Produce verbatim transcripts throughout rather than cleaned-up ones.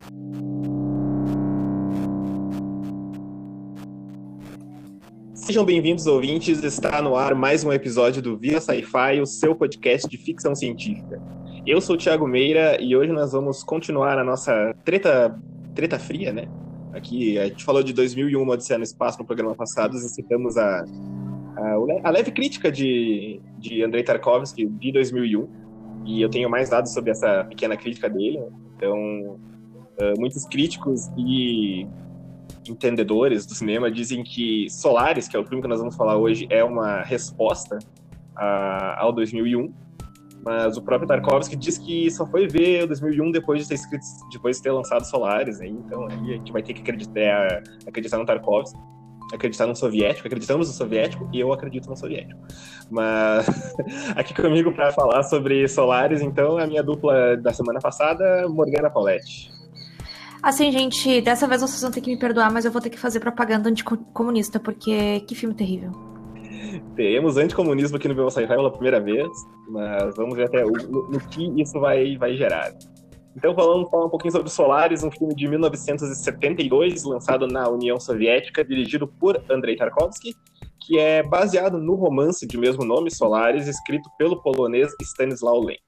Sejam bem-vindos, ouvintes. Está no ar mais um episódio do Via Sci-Fi, o seu podcast de ficção científica. Eu sou o Thiago Meira e hoje nós vamos continuar a nossa treta, treta fria, né? Aqui a gente falou de dois mil e um, Uma Odisseia no Espaço, no programa passado, e citamos a, a, a leve crítica de, de Andrei Tarkovsky de dois mil e um, e eu tenho mais dados sobre essa pequena crítica dele. Então, uh, muitos críticos e entendedores do cinema dizem que Solaris, que é o filme que nós vamos falar hoje, é uma resposta a, ao dois mil e um, mas o próprio Tarkovsky diz que só foi ver o dois mil e um depois de ter, escrito, depois de ter lançado Solaris, né? Então aí a gente vai ter que acreditar, acreditar no Tarkovsky, acreditar no soviético, acreditamos no soviético e eu acredito no soviético. Mas aqui comigo para falar sobre Solaris, então, a minha dupla da semana passada, Morgana Pauletti. Assim, gente, dessa vez vocês vão ter que me perdoar, mas eu vou ter que fazer propaganda anticomunista, porque que filme terrível. Temos anticomunismo aqui no Via Sci-Fi pela primeira vez, mas vamos ver até o, no, no que isso vai, vai gerar. Então vamos falar um pouquinho sobre Solaris, um filme de mil novecentos e setenta e dois, lançado na União Soviética, dirigido por Andrei Tarkovsky, que é baseado no romance de mesmo nome, Solaris, escrito pelo polonês Stanisław Lem.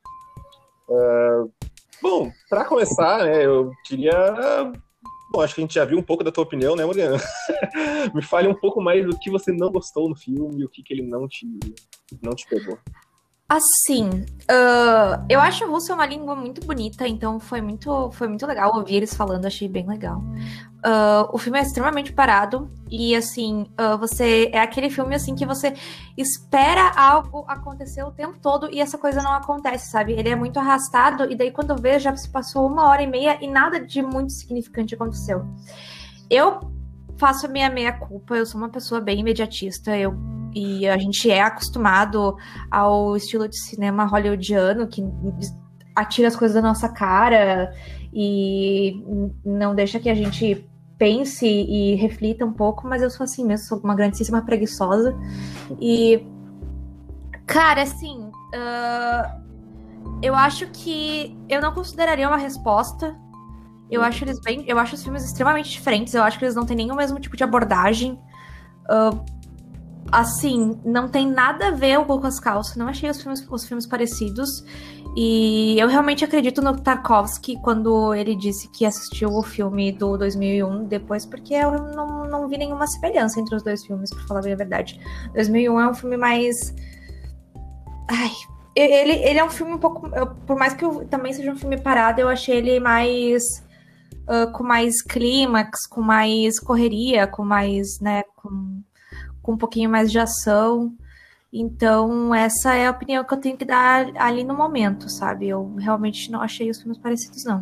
Uh, Bom, para começar, né, eu queria... Bom, acho que a gente já viu um pouco da tua opinião, né, Mariana? Me fale um pouco mais do que você não gostou no filme e o que, que ele não te, não te pegou. Assim, uh, eu acho a Rússia uma língua muito bonita, então foi muito, foi muito legal ouvir eles falando, achei bem legal. Uh, o filme é extremamente parado e, assim, uh, você é aquele filme, assim, que você espera algo acontecer o tempo todo e essa coisa não acontece, sabe? Ele é muito arrastado e daí quando eu vejo já se passou uma hora e meia e nada de muito significante aconteceu. Eu faço a minha meia-culpa, eu sou uma pessoa bem imediatista, eu e a gente é acostumado ao estilo de cinema hollywoodiano que atira as coisas da nossa cara e não deixa que a gente pense e reflita um pouco, mas eu sou assim mesmo, sou uma grandíssima preguiçosa. E, cara, assim, uh, eu acho que eu não consideraria uma resposta. Eu acho eles bem, eu acho os filmes extremamente diferentes, eu acho que eles não têm nem o mesmo tipo de abordagem. Uh, Assim, não tem nada a ver com as calças. Não achei os filmes, os filmes parecidos. E eu realmente acredito no Tarkovsky quando ele disse que assistiu o filme do dois mil e um depois, porque eu não, não vi nenhuma semelhança entre os dois filmes, pra falar bem a verdade. dois mil e um é um filme mais... Ai... Ele, ele é um filme um pouco... Eu, por mais que eu, também seja um filme parado, eu achei ele mais... Uh, com mais clímax, com mais correria, com mais, né... Com... com um pouquinho mais de ação. Então, essa é a opinião que eu tenho que dar ali no momento, sabe? Eu realmente não achei os filmes parecidos, não.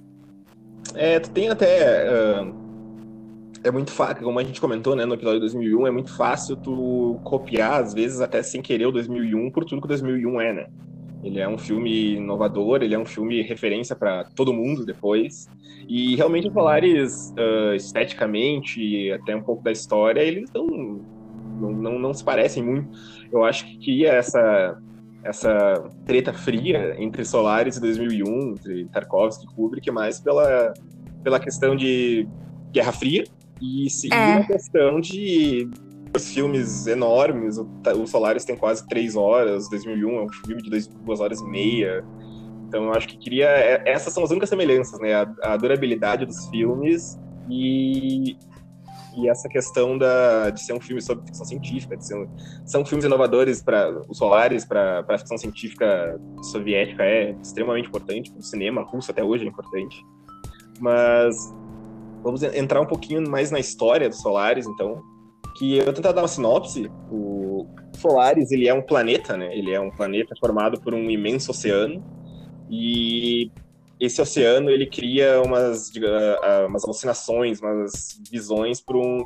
É, tu tem até... Uh, é muito fácil, como a gente comentou, né, no episódio de dois mil e um, é muito fácil tu copiar, às vezes, até sem querer, o dois mil e um por tudo que o dois mil e um é, né? Ele é um filme inovador, ele é um filme referência para todo mundo depois. E, realmente, os Solaris, uh, esteticamente, e até um pouco da história, eles estão... Não, não, não se parecem muito. Eu acho que cria essa, essa treta fria entre Solaris e dois mil e um, entre Tarkovsky e Kubrick, mais pela, pela questão de Guerra Fria e sim é. a questão de os filmes enormes. O, o Solaris tem quase três horas, dois mil e um é um filme de dois, duas horas e meia. Então eu acho que cria... Essas são as únicas semelhanças, né? A, a durabilidade dos filmes e... E essa questão da, de ser um filme sobre ficção científica, de ser, são filmes inovadores para os Solaris, para a ficção científica soviética é extremamente importante, para o cinema russo até hoje é importante. Mas vamos entrar um pouquinho mais na história dos Solaris, então, que eu vou tentar dar uma sinopse. O Solaris, ele é um planeta, né? Ele é um planeta formado por um imenso oceano e... Esse oceano, ele cria umas, umas alucinações, umas visões para um,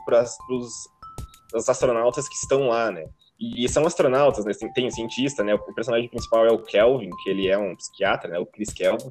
os astronautas que estão lá, né? E são astronautas, né? Tem, tem um cientista, né? O personagem principal é o Kelvin, que ele é um psiquiatra, né? O Chris Kelvin.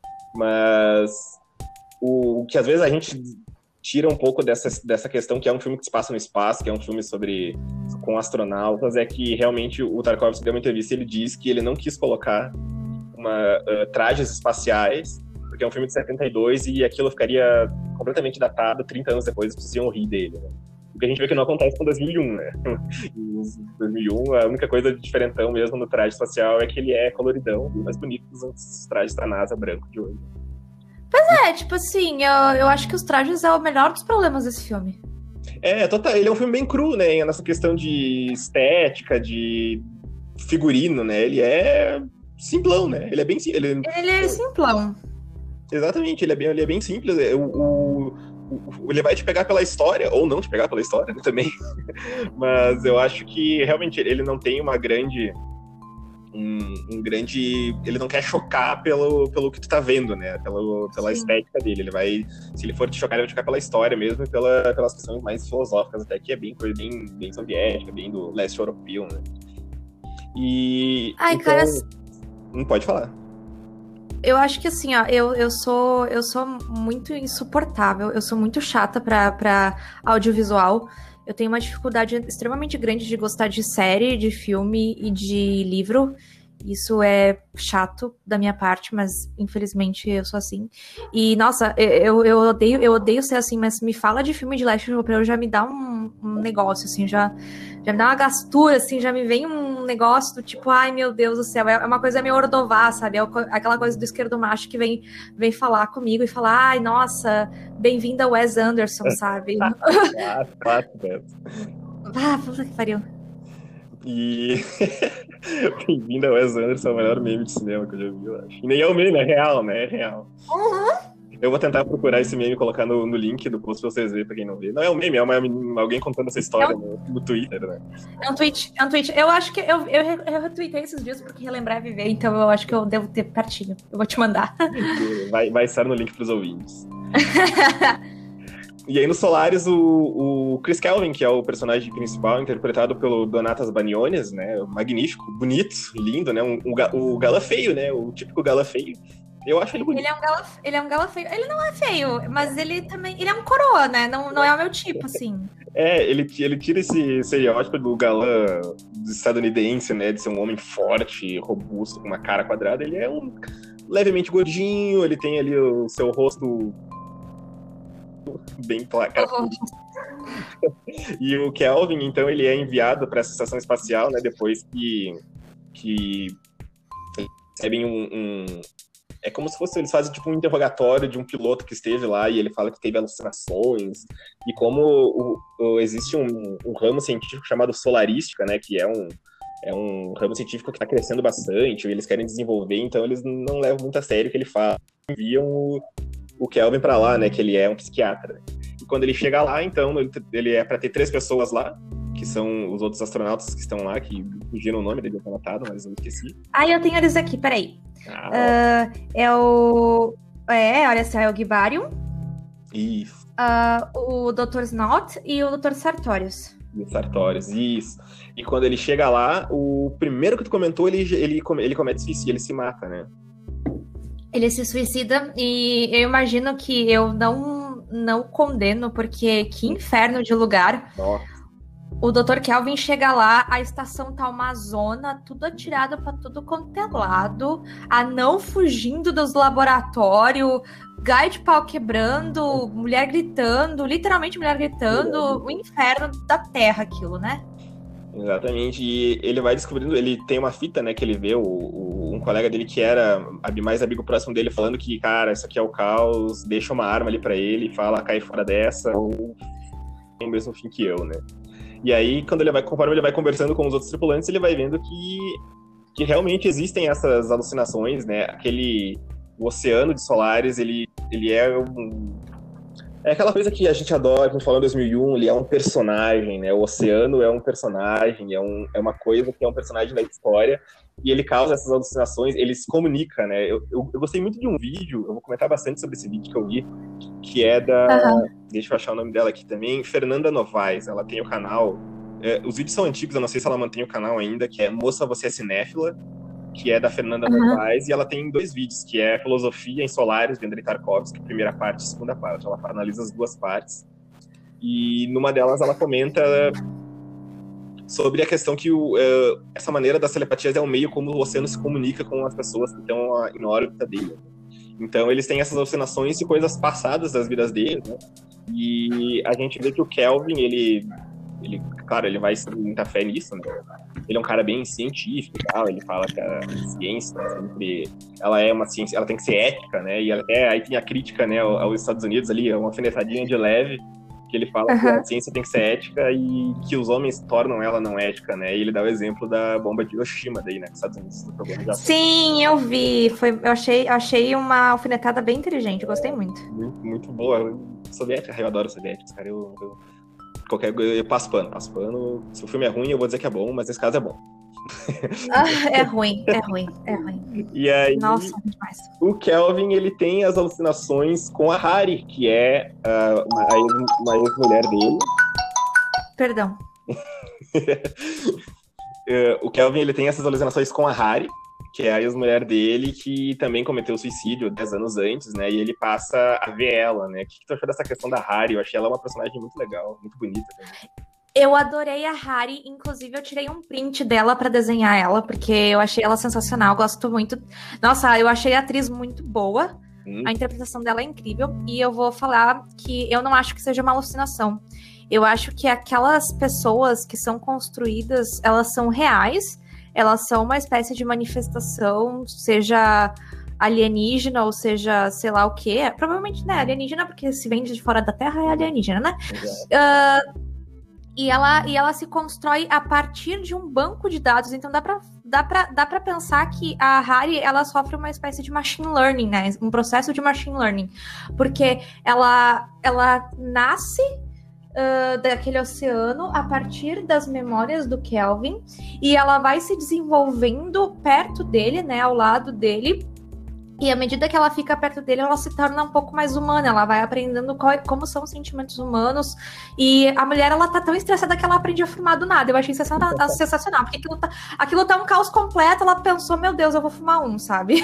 Mas o, o que às vezes a gente tira um pouco dessa, dessa questão que é um filme que se passa no espaço, que é um filme sobre com astronautas, é que realmente o Tarkovsky deu uma entrevista e ele diz que ele não quis colocar Uma, uh, trajes espaciais Porque é um filme de setenta e dois e aquilo ficaria completamente datado trinta anos depois, as pessoas iam rir dele, né? O que a gente vê que não acontece com dois mil e um, né? Em dois mil e um, a única coisa de diferentão mesmo no traje espacial é que ele é coloridão, mais bonito dos outros trajes da NASA branco de hoje. Pois é, tipo assim, eu, eu acho que os trajes é o melhor dos problemas desse filme. É, total, ele é um filme bem cru, né? Nessa questão de estética, de figurino, né? Ele é simplão, né? Ele é bem... Ele, ele é simplão. Exatamente, ele é bem, ele é bem simples. O, o, o, ele vai te pegar pela história, ou não te pegar pela história também. Mas eu acho que realmente ele não tem uma grande... Um, um grande... Ele não quer chocar pelo, pelo que tu tá vendo, né? Pelo, pela Sim. estética dele. Ele vai... Se ele for te chocar, ele vai te chocar pela história mesmo e pela, pelas questões mais filosóficas, até que é bem coisa bem, bem soviética, bem do leste europeu, né? E... Ai, então, cara... Não pode falar. Eu acho que assim, ó, eu, eu sou eu sou muito insuportável, eu sou muito chata pra, pra audiovisual. Eu tenho uma dificuldade extremamente grande de gostar de série, de filme e de livro. Isso é chato da minha parte, mas infelizmente eu sou assim. E, nossa, eu, eu, odeio, eu odeio ser assim, mas me fala de filme de leste europeu, já me dá um, um negócio, assim, já, já me dá uma gastura, assim, já me vem um negócio do tipo, ai meu Deus do céu, é uma coisa meio Ordová, sabe? É aquela coisa do esquerdo macho que vem, vem falar comigo e falar, ai, nossa, bem-vinda Wes Anderson, sabe? Claro, claro, Ah, puta que pariu. E bem-vindo ao Wes Anderson, é o melhor meme de cinema que eu já vi, eu acho. E nem é o meme, é real, né? É real. Uhum. Eu vou tentar procurar esse meme e colocar no, no link do post pra vocês verem, pra quem não vê. Não é um meme, é uma, alguém contando essa história é um... no, no Twitter, né? É um tweet, é um tweet. Eu acho que eu, eu, eu retuitei esses dias porque relembrar é viver, então eu acho que eu devo ter pertinho. Eu vou te mandar. Vai, vai estar no link pros ouvintes. E aí no Solaris, o, o Chris Kelvin, que é o personagem principal, interpretado pelo Donatas Baniones, né? Magnífico, bonito, lindo, né? Um, um, o gala feio, né? O típico gala feio. Eu acho ele bonito. Ele é um gala, ele é um gala feio. Ele não é feio, mas ele também... Ele é um coroa, né? Não, não é o meu tipo, assim. É, ele, ele tira esse estereótipo do galã estadunidense, né? De ser um homem forte, robusto, com uma cara quadrada. Ele é um levemente gordinho, ele tem ali o seu rosto... bem placado. E o Kelvin, então, ele é enviado para essa estação espacial, né, depois que, que recebem um, um... É como se fosse, eles fazem tipo um interrogatório de um piloto que esteve lá e ele fala que teve alucinações e como o, o, existe um, um ramo científico chamado solarística, né, que é um, é um ramo científico que está crescendo bastante, e eles querem desenvolver, então eles não levam muito a sério o que ele fala. Enviam o o Kelvin pra lá, né, que ele é um psiquiatra. E quando ele chega lá, então, ele, ele é pra ter três pessoas lá, que são os outros astronautas que estão lá, que fugiram o nome, dele ter anotado, mas eu esqueci. Ah, eu tenho eles aqui, peraí. Ah, uh, é o... É, olha só, é o Guibarium. Isso. Uh, o doutor Snot e o doutor Sartorius. E o Sartorius, isso. E quando ele chega lá, o primeiro que tu comentou, ele, ele, ele comete suicídio, ele se mata, né? Ele se suicida e eu imagino que eu não, não condeno, porque que inferno de lugar. Nossa. O doutor Kelvin chega lá, a estação tá uma zona, tudo atirado pra tudo quanto é lado, a não fugindo dos laboratórios, gai de pau quebrando, mulher gritando, literalmente mulher gritando, o inferno da terra aquilo, né? Exatamente, e ele vai descobrindo, ele tem uma fita, né, que ele vê, o, o, um colega dele que era mais amigo próximo dele, falando que, cara, isso aqui é o caos, deixa uma arma ali pra ele e fala, cai fora dessa, ou tem o mesmo fim que eu, né. E aí, quando ele vai, conforme ele vai conversando com os outros tripulantes, ele vai vendo que, que realmente existem essas alucinações, né, aquele, o oceano de Solaris, ele, ele é um... É aquela coisa que a gente adora, a gente falou em dois mil e um, ele é um personagem, né? O oceano é um personagem, é, um, é uma coisa que é um personagem da história, e ele causa essas alucinações, ele se comunica, né? Eu, eu, eu gostei muito de um vídeo, eu vou comentar bastante sobre esse vídeo que eu vi, que é da... Uhum. Deixa eu achar o nome dela aqui também, Fernanda Novaes, ela tem o canal... É, os vídeos são antigos, eu não sei se ela mantém o canal ainda, que é Moça, Você é Cinéfila, que é da Fernanda uhum. Novaes, e ela tem dois vídeos, que é Filosofia em Solaris, de Andrei Tarkovsky, primeira parte e segunda parte. Ela analisa as duas partes. E numa delas ela comenta sobre a questão que o, uh, essa maneira das telepatias é um meio como o oceano se comunica com as pessoas que estão em órbita dele. Então eles têm essas alucinações de coisas passadas das vidas deles, né? E a gente vê que o Kelvin, ele, ele claro, ele vai ter muita fé nisso, né? Ele é um cara bem científico e tal, ele fala que a ciência sempre, ela é uma ciência, ela tem que ser ética, né? E até aí tem a crítica, né, aos Estados Unidos ali, uma alfinetadinha de leve, que ele fala uhum. que a ciência tem que ser ética e que os homens tornam ela não ética, né? E ele dá o exemplo da bomba de Hiroshima daí, né? Que os Estados Unidos do problema de Sim, eu vi. Foi, eu achei, achei uma alfinetada bem inteligente, eu gostei muito. Muito, muito boa. Soviética, eu adoro soviéticos, cara. Eu, eu, qualquer, eu passo pano, passo pano. Se o filme é ruim, eu vou dizer que é bom, mas nesse caso é bom. Ah, é ruim, é ruim, é ruim. E aí, nossa, demais. O Kelvin, ele tem as alucinações com a Hari, que é uh, uma, uma ex-mulher dele. Perdão. uh, o Kelvin, ele tem essas alucinações com a Hari, que é a ex-mulher dele, que também cometeu suicídio dez anos antes, né? E ele passa a ver ela, né? O que, que tu achou dessa questão da Hari? Eu achei ela uma personagem muito legal, muito bonita também. Eu adorei a Hari, inclusive eu tirei um print dela pra desenhar ela, porque eu achei ela sensacional, gosto muito. Nossa, eu achei a atriz muito boa, hum. a interpretação dela é incrível, e eu vou falar que eu não acho que seja uma alucinação. Eu acho que aquelas pessoas que são construídas, elas são reais, elas são uma espécie de manifestação, seja alienígena, ou seja, sei lá o quê. Provavelmente, né, alienígena, porque se vem de fora da Terra, é alienígena, né? Uh, E ela, e ela se constrói a partir de um banco de dados. Então dá pra, dá pra, dá pra pensar que a Hari, ela sofre uma espécie de machine learning, né? Um processo de machine learning. Porque ela, ela nasce uh, daquele oceano a partir das memórias do Kelvin. E ela vai se desenvolvendo perto dele, né? Ao lado dele. E à medida que ela fica perto dele, ela se torna um pouco mais humana. Ela vai aprendendo qual, como são os sentimentos humanos. E a mulher, ela tá tão estressada que ela aprende a fumar do nada. Eu achei sensacional, porque aquilo tá, aquilo tá um caos completo. Ela pensou, meu Deus, eu vou fumar um, sabe?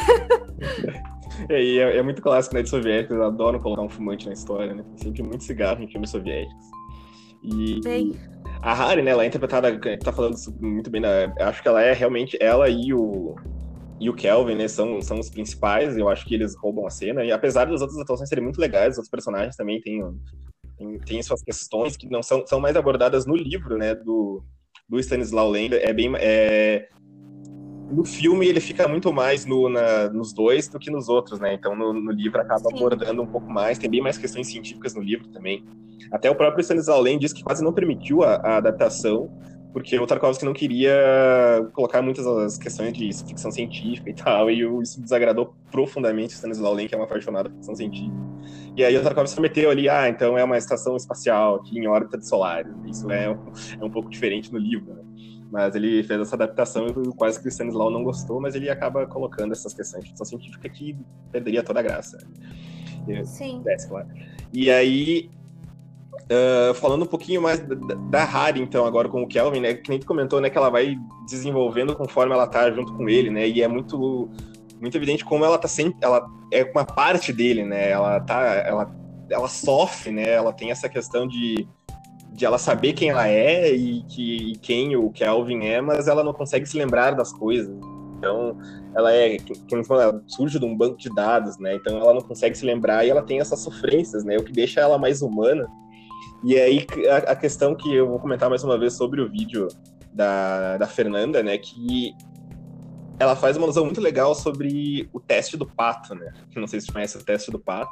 É, e é, é muito clássico, né, de soviéticos. Eles adoram colocar um fumante na história, né? Tem sempre muito cigarro em filmes soviéticos. E... Bem... A Hari, né, ela é interpretada, tá falando muito bem, da, acho que ela é realmente, ela e o... E o Kelvin, né, são, são os principais, eu acho que eles roubam a cena, e apesar das outras atuações serem muito legais, os outros personagens também têm, têm, têm suas questões que não são, são mais abordadas no livro, né, do, do Stanislaw Lem, é bem... É... No filme ele fica muito mais no, na, nos dois do que nos outros, né, então no, no livro acaba Sim. abordando um pouco mais, tem bem mais questões científicas no livro também. Até o próprio Stanislaw Lem diz que quase não permitiu a, a adaptação, porque o Tarkovsky não queria colocar muitas as questões de ficção científica e tal, e isso desagradou profundamente o Stanislaw Lem, que é uma apaixonada por ficção científica. E aí o Tarkovsky meteu ali, ah, então é uma estação espacial aqui em órbita de Solaris. Isso é um, é um pouco diferente no livro, né? Mas ele fez essa adaptação e quase que o Stanislaw não gostou, mas ele acaba colocando essas questões de ficção científica que perderia toda a graça. Sim. Desce, claro. E aí... Uh, falando um pouquinho mais da, da Hari, então, agora com o Kelvin, né, que nem tu comentou, né, que ela vai desenvolvendo conforme ela tá junto com ele, né, e é muito, muito evidente como ela tá sempre, ela é uma parte dele, né, ela tá, ela, ela sofre, né, ela tem essa questão de, de ela saber quem ela é e, que, e quem o Kelvin é, mas ela não consegue se lembrar das coisas, então ela é, como fala, ela surge de um banco de dados, né, então ela não consegue se lembrar e ela tem essas sofrências, né, o que deixa ela mais humana. E aí, a, a questão que eu vou comentar mais uma vez sobre o vídeo da, da Fernanda, né, que ela faz uma alusão muito legal sobre o teste do pato, né, não sei se você conhece o teste do pato.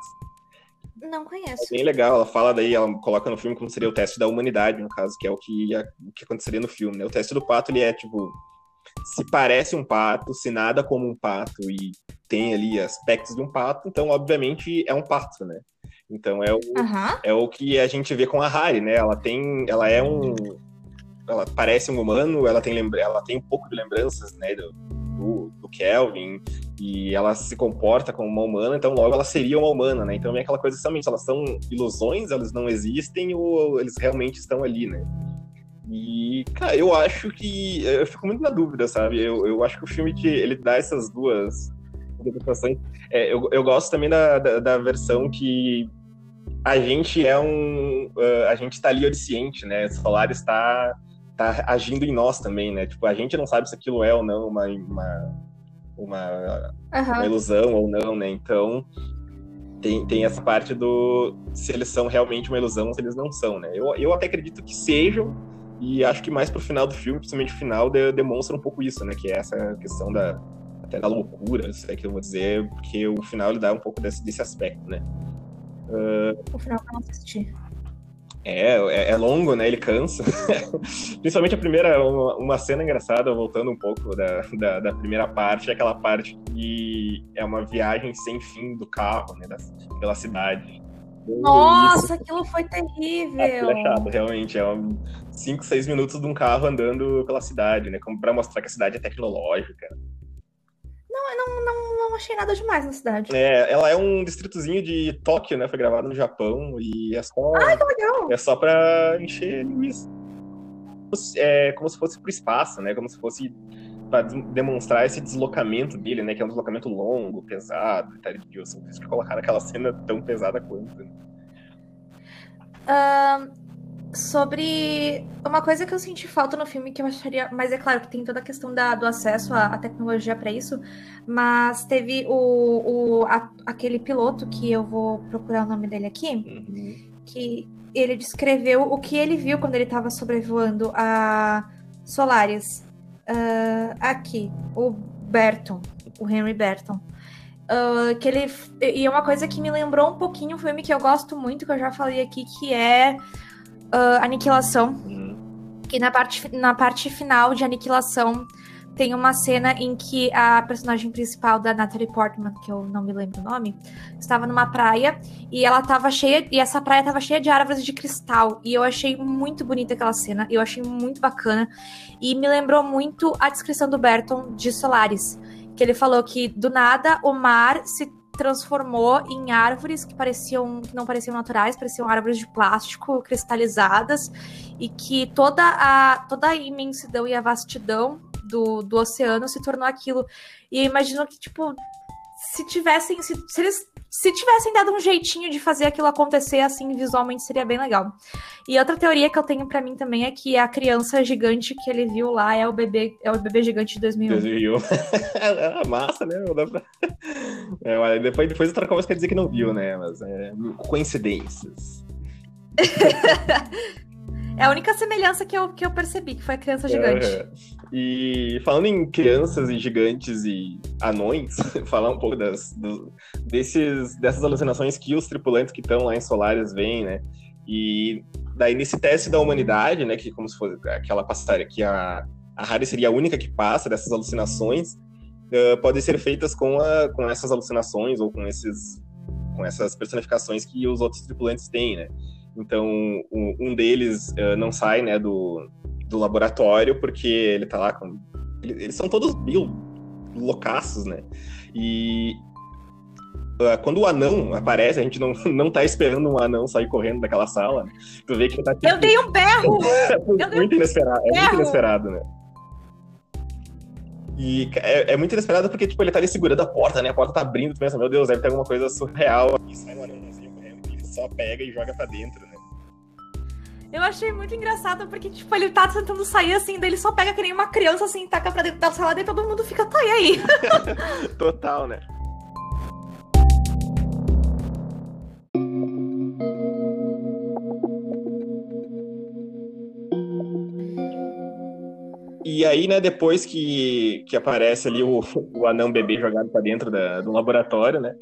Não conheço. É bem legal, ela fala daí, ela coloca no filme como seria o teste da humanidade, no caso, que é o que, ia, o que aconteceria no filme, né, o teste do pato, ele é, tipo, se parece um pato, se nada como um pato e tem ali aspectos de um pato, então, obviamente, é um pato, né. Então é o, uhum. é o que a gente vê com a Hari, né? Ela tem, ela é um, ela parece um humano, ela tem lembra, ela tem um pouco de lembranças, né, do, do, do Kelvin, e ela se comporta como uma humana, então logo ela seria uma humana, né? Então é aquela coisa somente, elas são ilusões, elas não existem ou eles realmente estão ali, né? E, cara, eu acho que eu fico muito na dúvida, sabe? Eu, eu acho que o filme que ele dá essas duas interpretações. É, eu, eu gosto também da, da, da versão que a gente é um... Uh, a gente tá ali onisciente, né? O Solaris está tá agindo em nós também, né? Tipo, a gente não sabe se aquilo é ou não uma, uma, uma, Aham. uma ilusão ou não, né? Então tem, tem essa parte do se eles são realmente uma ilusão ou se eles não são, né? Eu, eu até acredito que sejam, e acho que mais pro final do filme, principalmente o final, de, demonstra um pouco isso, né? Que é essa questão da até da loucura, se é que eu vou dizer, porque o final ele dá um pouco desse, desse aspecto, né? O final eu não assisti. É, é, é longo, né? Ele cansa. Principalmente a primeira, uma, uma cena engraçada, voltando um pouco da, da, da primeira parte, é aquela parte que é uma viagem sem fim do carro, né? Da, pela cidade. Nossa, aquilo foi Aquilo terrível. é chato, realmente. É cinco, seis minutos de um carro andando pela cidade, né? Como pra mostrar que a cidade é tecnológica. Não, eu não, não, não achei nada demais na cidade. É, ela é um distritozinho de Tóquio, né? Foi gravado no Japão e é só, Ai, que legal. é só pra encher linguiça. É como se fosse pro espaço, né? Como se fosse para demonstrar esse deslocamento dele, né? Que é um deslocamento longo, pesado, e tal. Assim, por isso que colocaram aquela cena tão pesada quanto. Né? Uh, sobre uma coisa que eu senti falta no filme, que eu acharia... Mas é claro que tem toda a questão da, do acesso à, à tecnologia para isso, mas teve o, o, a, aquele piloto, que eu vou procurar o nome dele aqui, uhum. que ele descreveu o que ele viu quando ele estava sobrevoando a Solaris. Uh, aqui, o Berton, o Henry Berton. Uh, que ele, e é uma coisa que me lembrou um pouquinho um filme que eu gosto muito, que eu já falei aqui, que é uh, Aniquilação. Uhum. Que na parte, na parte final de Aniquilação tem uma cena em que a personagem principal da Natalie Portman, que eu não me lembro o nome, estava numa praia e ela estava cheia, e essa praia estava cheia de árvores de cristal, e eu achei muito bonita aquela cena, eu achei muito bacana, e me lembrou muito a descrição do Berton de Solaris, que ele falou que do nada o mar se transformou em árvores que pareciam, que não pareciam naturais, pareciam árvores de plástico cristalizadas, e que toda a, toda a imensidão e a vastidão do, do oceano se tornou aquilo. E eu imagino que, tipo, se tivessem, se, se eles se tivessem dado um jeitinho de fazer aquilo acontecer assim visualmente, seria bem legal. E outra teoria que eu tenho pra mim também é que a criança gigante que ele viu lá é o bebê, é o bebê gigante de dois mil e um. dois mil e um. É massa, né? É, olha, depois, depois outra coisa quer dizer que não viu, né? Mas é coincidências. É a única semelhança que eu, que eu percebi, que foi a criança gigante. É, e falando em crianças e gigantes e anões, falar um pouco das, do, desses, dessas alucinações que os tripulantes que estão lá em Solaris veem, né? E daí nesse teste da humanidade, né? Que como se fosse aquela passaria que a, a Harry seria a única que passa dessas alucinações, uh, podem ser feitas com, a, com essas alucinações ou com, esses, com essas personificações que os outros tripulantes têm, né? Então, um, um deles uh, não sai, né, do, do laboratório porque ele tá lá com... Eles, eles são todos meio loucaços, né? E uh, quando o anão aparece, a gente não, não tá esperando um anão sair correndo daquela sala. Né? Tu vê que ele tá... Tipo, eu dei um berro! é muito inesperado, é muito inesperado, né? E é, é muito inesperado porque, tipo, ele tá ali segurando a porta, né? A porta tá abrindo, tu pensa, meu Deus, deve ter alguma coisa surreal. E sai um anãozinho correndo, ele só pega e joga pra dentro, né? Eu achei muito engraçado, porque, tipo, ele tá tentando sair, assim, daí ele só pega que nem uma criança, assim, taca pra dentro da sala, e todo mundo fica, tá, e aí? Total, né? E aí, né, depois que, que aparece ali o, o anão bebê jogado pra dentro da, do laboratório, né?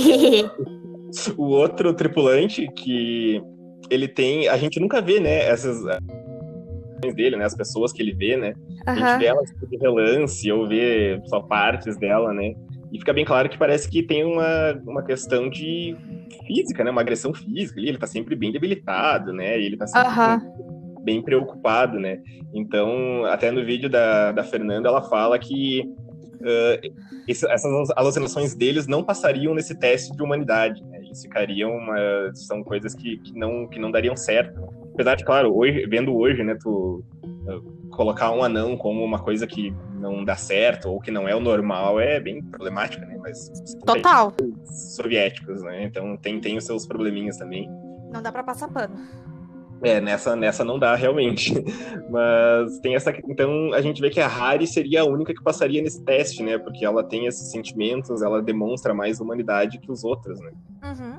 O outro tripulante que ele tem... A gente nunca vê, né, essas dele, né, as pessoas que ele vê, né? Uhum. A gente vê elas de relance ou vê só partes dela, né? E fica bem claro que parece que tem uma, uma questão de física, né? Uma agressão física ali. Ele tá sempre bem debilitado, né? E ele tá sempre... Uhum. bem preocupado, né? Então, até no vídeo da, da Fernanda, ela fala que uh, esse, essas alucinações deles não passariam nesse teste de humanidade, né? Eles ficariam, uma, são coisas que, que, não, que não dariam certo. Apesar de, claro, hoje, vendo hoje, né, tu uh, colocar um anão como uma coisa que não dá certo ou que não é o normal é bem problemático, né? Mas total. Soviéticos, né? Então tem, tem os seus probleminhas também. Não dá pra passar pano. É, nessa, nessa não dá, realmente. Mas tem essa... Então, a gente vê que a Hari seria a única que passaria nesse teste, né? Porque ela tem esses sentimentos, ela demonstra mais humanidade que os outros, né? Uhum.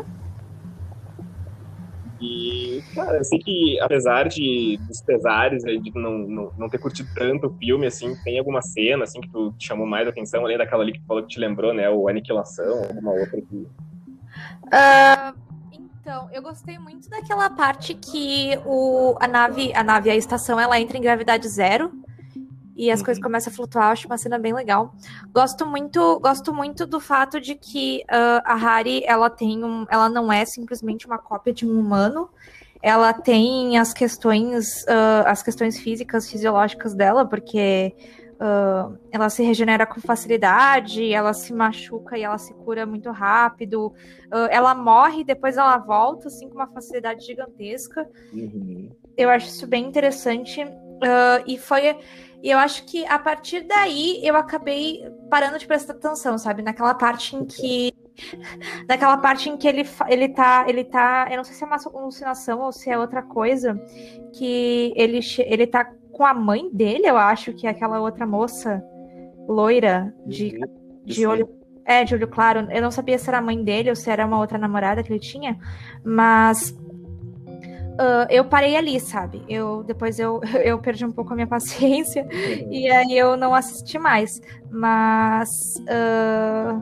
E, cara, eu sei que, apesar de, dos pesares, né, de não, não, não ter curtido tanto o filme, assim, tem alguma cena, assim, que tu te chamou mais atenção, além daquela ali que tu falou que te lembrou, né? O Aniquilação, alguma outra que... Uh... Então, eu gostei muito daquela parte que o, a nave, a nave, a estação, ela entra em gravidade zero e as uhum. coisas começam a flutuar. Acho uma cena bem legal. Gosto muito, gosto muito do fato de que uh, a Hari, ela tem um, ela não é simplesmente uma cópia de um humano. Ela tem as questões, uh, as questões físicas, fisiológicas dela, porque Uh, ela se regenera com facilidade, ela se machuca e ela se cura muito rápido, uh, ela morre e depois ela volta assim, com uma facilidade gigantesca. Uhum. Eu acho isso bem interessante, uh, e foi e eu acho que a partir daí eu acabei parando de prestar atenção, sabe, naquela parte em que naquela parte em que ele, ele tá ele tá, eu não sei se é uma alucinação ou se é outra coisa, que ele, ele tá com a mãe dele, eu acho, que é aquela outra moça loira de, de olho é, de olho claro. Eu não sabia se era a mãe dele ou se era uma outra namorada que ele tinha, mas uh, eu parei ali, sabe? Eu, depois eu, eu perdi um pouco a minha paciência uhum. e aí eu não assisti mais. Mas uh,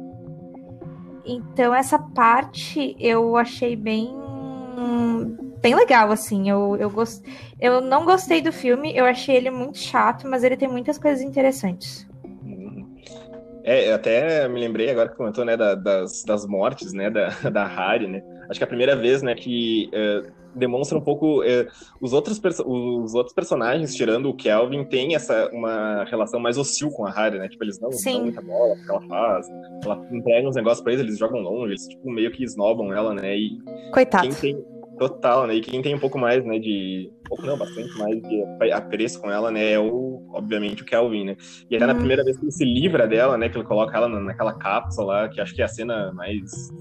então essa parte eu achei bem bem legal, assim, eu, eu, gost... eu não gostei do filme, eu achei ele muito chato, mas ele tem muitas coisas interessantes. É, eu até me lembrei agora que comentou, né, da, das, das mortes, né, da, da Hari, né, acho que é a primeira vez, né, que uh, demonstra um pouco, uh, os, outros perso- os outros personagens, tirando o Kelvin, tem essa, uma relação mais hostil com a Hari, né, tipo, eles não dão muita bola porque ela faz, ela entrega uns negócios pra eles, eles jogam longe, eles, tipo, meio que esnobam ela, né, e coitado. Quem tem... Total, né? E quem tem um pouco mais, né, de... Um pouco não, bastante mais de apreço com ela, né, é o, obviamente, o Kelvin, né? E até hum. na primeira vez que ele se livra dela, né, que ele coloca ela naquela cápsula lá, que acho que é a cena mais...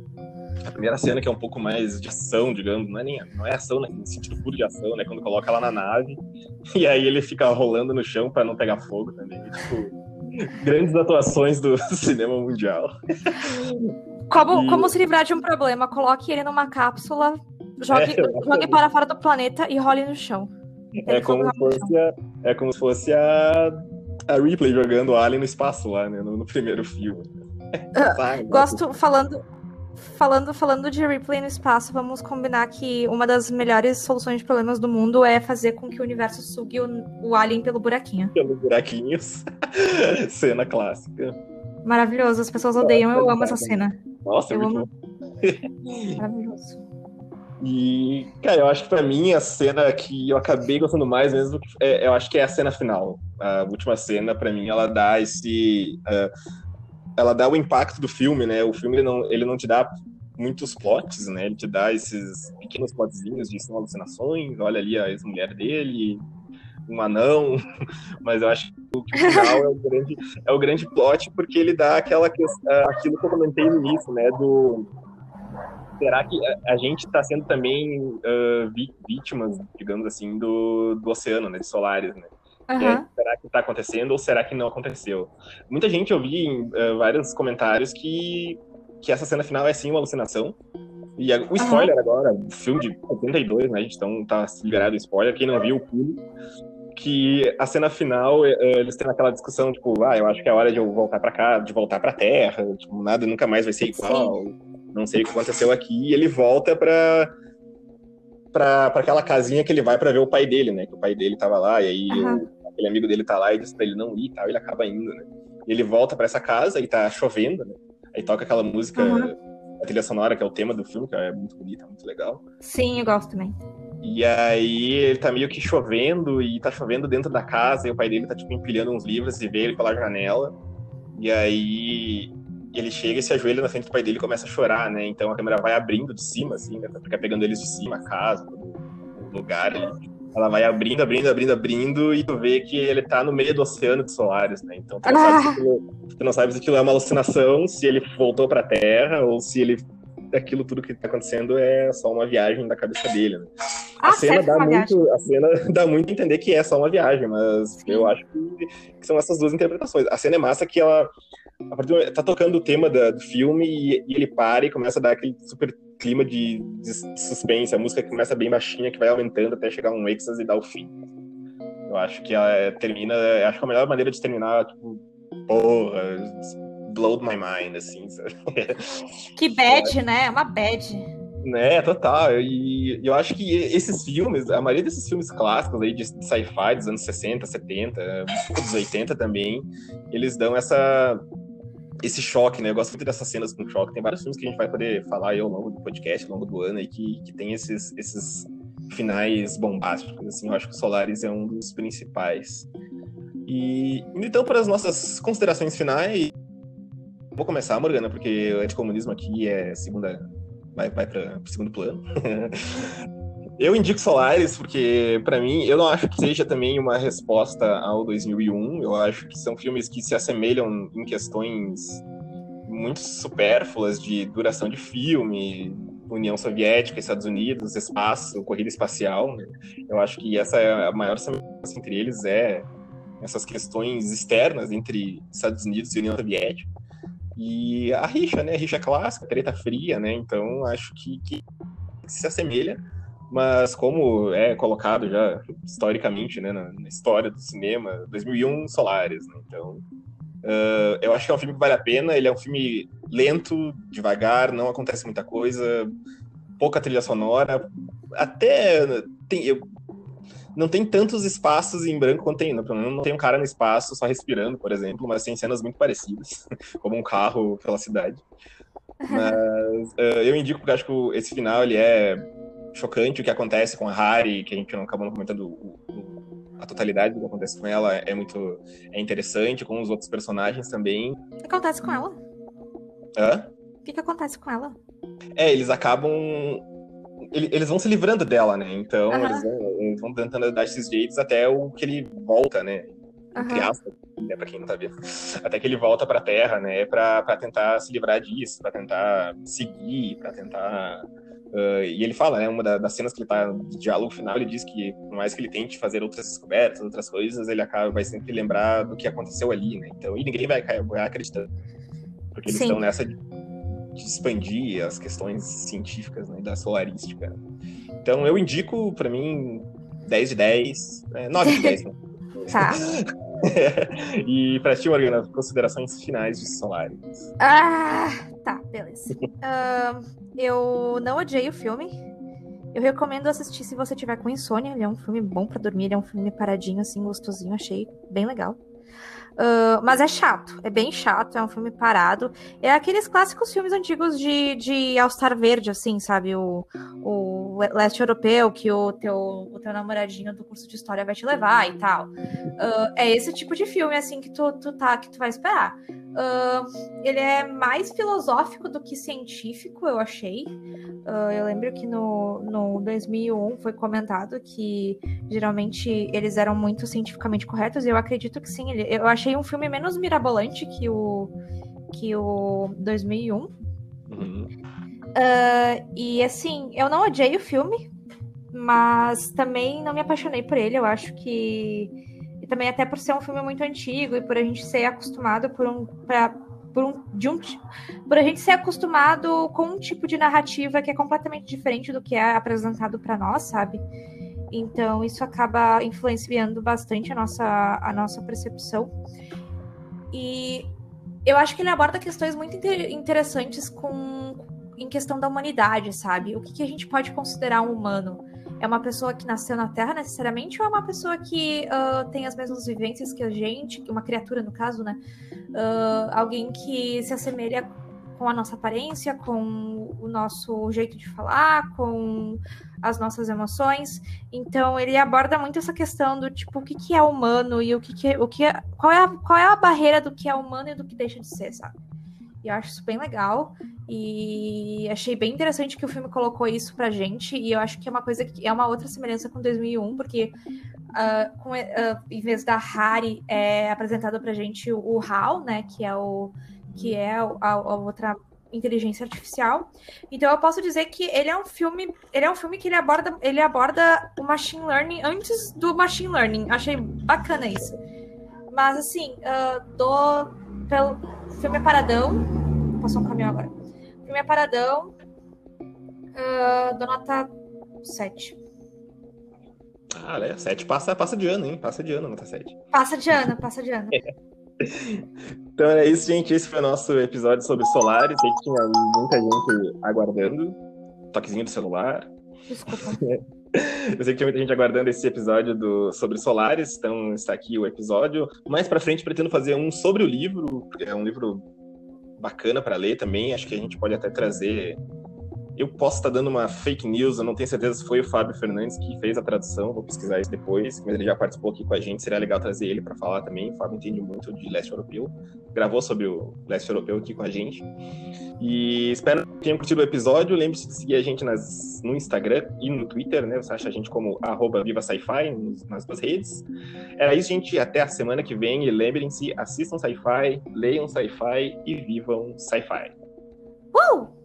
A primeira cena que é um pouco mais de ação, digamos, não é nem não é ação, né, no sentido puro de ação, né, quando coloca ela na nave, e aí ele fica rolando no chão pra não pegar fogo também, tipo... Grandes atuações do cinema mundial. Como, e... como se livrar de um problema? Coloque ele numa cápsula, jogue, é, jogue para fora do planeta e role no chão. É como, se fosse a, é como se fosse a, a Ripley jogando Alien no espaço lá, né? No, no primeiro filme. Uh, gosto, falando, falando, falando de Ripley no espaço, vamos combinar que uma das melhores soluções de problemas do mundo é fazer com que o universo sugue o, o Alien pelo buraquinho. Pelo buraquinhos. Cena clássica. Maravilhoso, as pessoas odeiam, eu amo essa cena. Nossa, eu é muito amo. bom. Maravilhoso. E, cara, eu acho que pra mim a cena que eu acabei gostando mais mesmo, é, eu acho que é a cena final. A última cena, pra mim, ela dá esse... Uh, ela dá o impacto do filme, né? O filme, ele não, ele não te dá muitos plots, né? Ele te dá esses pequenos plotzinhos de são alucinações, olha ali a ex-mulher dele... um anão, mas eu acho que o final é o grande, é o grande plot, porque ele dá aquela aquilo que eu comentei no início, né, do será que a, a gente está sendo também uh, vítimas, digamos assim, do, do oceano, né, de Solaris, né? Uhum. E aí, será que está acontecendo ou será que não aconteceu? Muita gente, eu vi em uh, vários comentários que, que essa cena final é sim uma alucinação. E a, o spoiler uhum. agora, o filme de oitenta e dois, né, a gente então tá liberado o spoiler, quem não viu, pule. Que a cena final, eles têm aquela discussão, tipo, ah, eu acho que é hora de eu voltar pra cá, de voltar pra Terra, tipo, nada nunca mais vai ser igual, Sim. não sei o que aconteceu aqui, e ele volta pra, pra, pra aquela casinha que ele vai pra ver o pai dele, né, que o pai dele tava lá, e aí uhum. o, aquele amigo dele tá lá e diz pra ele não ir e tal, ele acaba indo, né, e ele volta pra essa casa e tá chovendo, né, aí toca aquela música, uhum. a trilha sonora, que é o tema do filme, que é muito bonita, muito legal. Sim, eu gosto também. E aí ele tá meio que chovendo, e tá chovendo dentro da casa, e o pai dele tá, tipo, empilhando uns livros e vê ele pela janela. E aí ele chega e se ajoelha na frente do pai dele e começa a chorar, né? Então a câmera vai abrindo de cima, assim, né? Fica pegando eles de cima, a casa, o lugar ali. Ela vai abrindo, abrindo, abrindo, abrindo, e tu vê que ele tá no meio do oceano de Solaris, né? Então tu não, ah. sabe se aquilo, tu não sabe se aquilo é uma alucinação, se ele voltou pra Terra, ou se ele aquilo tudo que tá acontecendo é só uma viagem da cabeça dele, né? A Ah, cena sempre dá uma muito, viagem. a cena dá muito a entender que é só uma viagem, mas eu Sim. acho que, que são essas duas interpretações. A cena é massa que ela a partir do, tá tocando o tema da, do filme e, e ele para e começa a dar aquele super clima de, de suspense. A música começa bem baixinha, que vai aumentando até chegar um êxtase e dar o fim. Eu acho que ela termina. Acho que a melhor maneira de terminar, tipo, porra, blowed my mind, assim, sabe? Que bad, né? É uma bad. Né, total. E, e eu acho que esses filmes, a maioria desses filmes clássicos aí de sci-fi dos anos sessenta, setenta, um pouco dos oitenta também, eles dão essa, esse choque, né? Eu gosto muito dessas cenas com choque. Tem vários filmes que a gente vai poder falar aí ao longo do podcast, ao longo do ano, aí, que, que tem esses, esses finais bombásticos, assim. Eu acho que o Solaris é um dos principais. E então, para as nossas considerações finais, vou começar, Morgana, porque o anticomunismo aqui é segunda... vai, vai para o segundo plano. Eu indico Solaris porque, para mim, eu não acho que seja também uma resposta ao dois mil e um. Eu acho que são filmes que se assemelham em questões muito supérfluas de duração de filme, União Soviética, Estados Unidos, espaço, corrida espacial. Né? Eu acho que essa é a maior semelhança entre eles, é essas questões externas entre Estados Unidos e União Soviética. E a rixa, né? A rixa clássica, treta fria, né? Então, acho que, que se assemelha, mas como é colocado já historicamente, né, na, na história do cinema, dois mil e um, Solaris, né? Então, uh, eu acho que é um filme que vale a pena. Ele é um filme lento, devagar, não acontece muita coisa, pouca trilha sonora, até tem... Eu, não tem tantos espaços em branco quanto tem, não, não tem um cara no espaço só respirando, por exemplo, mas tem cenas muito parecidas, como um carro pela cidade. Mas uh, eu indico porque acho que esse final ele é chocante. O que acontece com a Hari, que a gente não acabou não comentando o, o, a totalidade do que acontece com ela, é muito é interessante, com os outros personagens também. O que acontece com ela? Hã? O que, que acontece com ela? É, eles acabam eles vão se livrando dela, né? Então, Aham. eles, vão, eles vão tentando dar esses jeitos até o que ele volta, né? Entre Aham. aspas, né? Pra quem não tá vendo. Até que ele volta pra Terra, né? Pra, pra tentar se livrar disso, pra tentar seguir, pra tentar... Uh, e ele fala, né? Uma da, das cenas que ele tá no diálogo final, ele diz que, por mais que ele tente fazer outras descobertas, outras coisas, ele acaba, vai sempre lembrar do que aconteceu ali, né? Então, e ninguém vai, vai acreditando. Porque eles Sim. estão nessa de, de expandir as questões científicas, né, da solarística. Então, eu indico, pra mim, dez de dez, é, nove de dez. Né? Tá. E pra ti, Morgana, considerações finais de Solaris. Ah, tá, beleza. Uh, eu não odiei o filme. Eu recomendo assistir se você tiver com insônia. Ele é um filme bom pra dormir, ele é um filme paradinho, assim, gostosinho. Achei bem legal. Uh, mas é chato, é bem chato, é um filme parado. É aqueles clássicos filmes antigos de, de All-Star Verde, assim, sabe? O, o leste europeu, que o teu, o teu namoradinho do curso de história vai te levar e tal. Uh, é esse tipo de filme, assim, que tu, tu, tá, que tu vai esperar. Uh, ele é mais filosófico do que científico, eu achei. Uh, eu lembro que no, no dois mil e um foi comentado que geralmente eles eram muito cientificamente corretos, e eu acredito que sim. Ele, eu achei um filme menos mirabolante que o, que o dois mil e um. Uhum. Uh, e assim, eu não odiei o filme, mas também não me apaixonei por ele. Eu acho que... E também até por ser um filme muito antigo e por a gente ser acostumado por um... Pra, por, um, de um por a gente ser acostumado com um tipo de narrativa que é completamente diferente do que é apresentado para nós, sabe? Então, isso acaba influenciando bastante a nossa, a nossa percepção. E eu acho que ele aborda questões muito inter- interessantes com, em questão da humanidade, sabe? O que, que a gente pode considerar um humano? É uma pessoa que nasceu na Terra, necessariamente, ou é uma pessoa que uh, tem as mesmas vivências que a gente, uma criatura, no caso, né? Uh, alguém que se assemelha com a nossa aparência, com o nosso jeito de falar, com as nossas emoções. Então, ele aborda muito essa questão do tipo, o que, que é humano e o que, que, é, o que é, qual, é a, qual é a barreira do que é humano e do que deixa de ser, sabe? E eu acho isso bem legal. E achei bem interessante que o filme colocou isso pra gente. E eu acho que é uma coisa que é uma outra semelhança com dois mil e um, porque uh, com, uh, em vez da Hari, é apresentado pra gente o, o Hal, né? Que é o que é a, a outra inteligência artificial. Então eu posso dizer que ele é um filme, ele é um filme que ele aborda, ele aborda o machine learning antes do machine learning. Achei bacana isso. Mas assim, uh, do pelo o filme é paradão. Passou um caminhão agora. O filme é paradão. Uh, dou nota sete. Ah, né? sete passa, passa de ano, hein? Passa de ano, nota sete. Passa de ano, passa de ano. Então é isso, gente. Esse foi o nosso episódio sobre Solaris. Sei que tinha muita gente aguardando. Toquezinho do celular. Desculpa. Eu sei que tinha muita gente aguardando esse episódio do, sobre Solaris. Então está aqui o episódio. Mais pra frente pretendo fazer um sobre o livro. É um livro bacana para ler também. Acho que a gente pode até trazer... Eu posso estar dando uma fake news, eu não tenho certeza se foi o Fábio Fernandes que fez a tradução, vou pesquisar isso depois, mas ele já participou aqui com a gente, seria legal trazer ele para falar também. O Fábio entende muito de leste europeu, gravou sobre o leste europeu aqui com a gente. E espero que tenham curtido o episódio. Lembre-se de seguir a gente nas, no Instagram e no Twitter, né? Você acha a gente como arroba Viva Sci-Fi nas duas redes. Era isso, gente. Até a semana que vem. E lembrem-se, assistam Sci-Fi, leiam Sci-Fi e vivam Sci-Fi. Uh!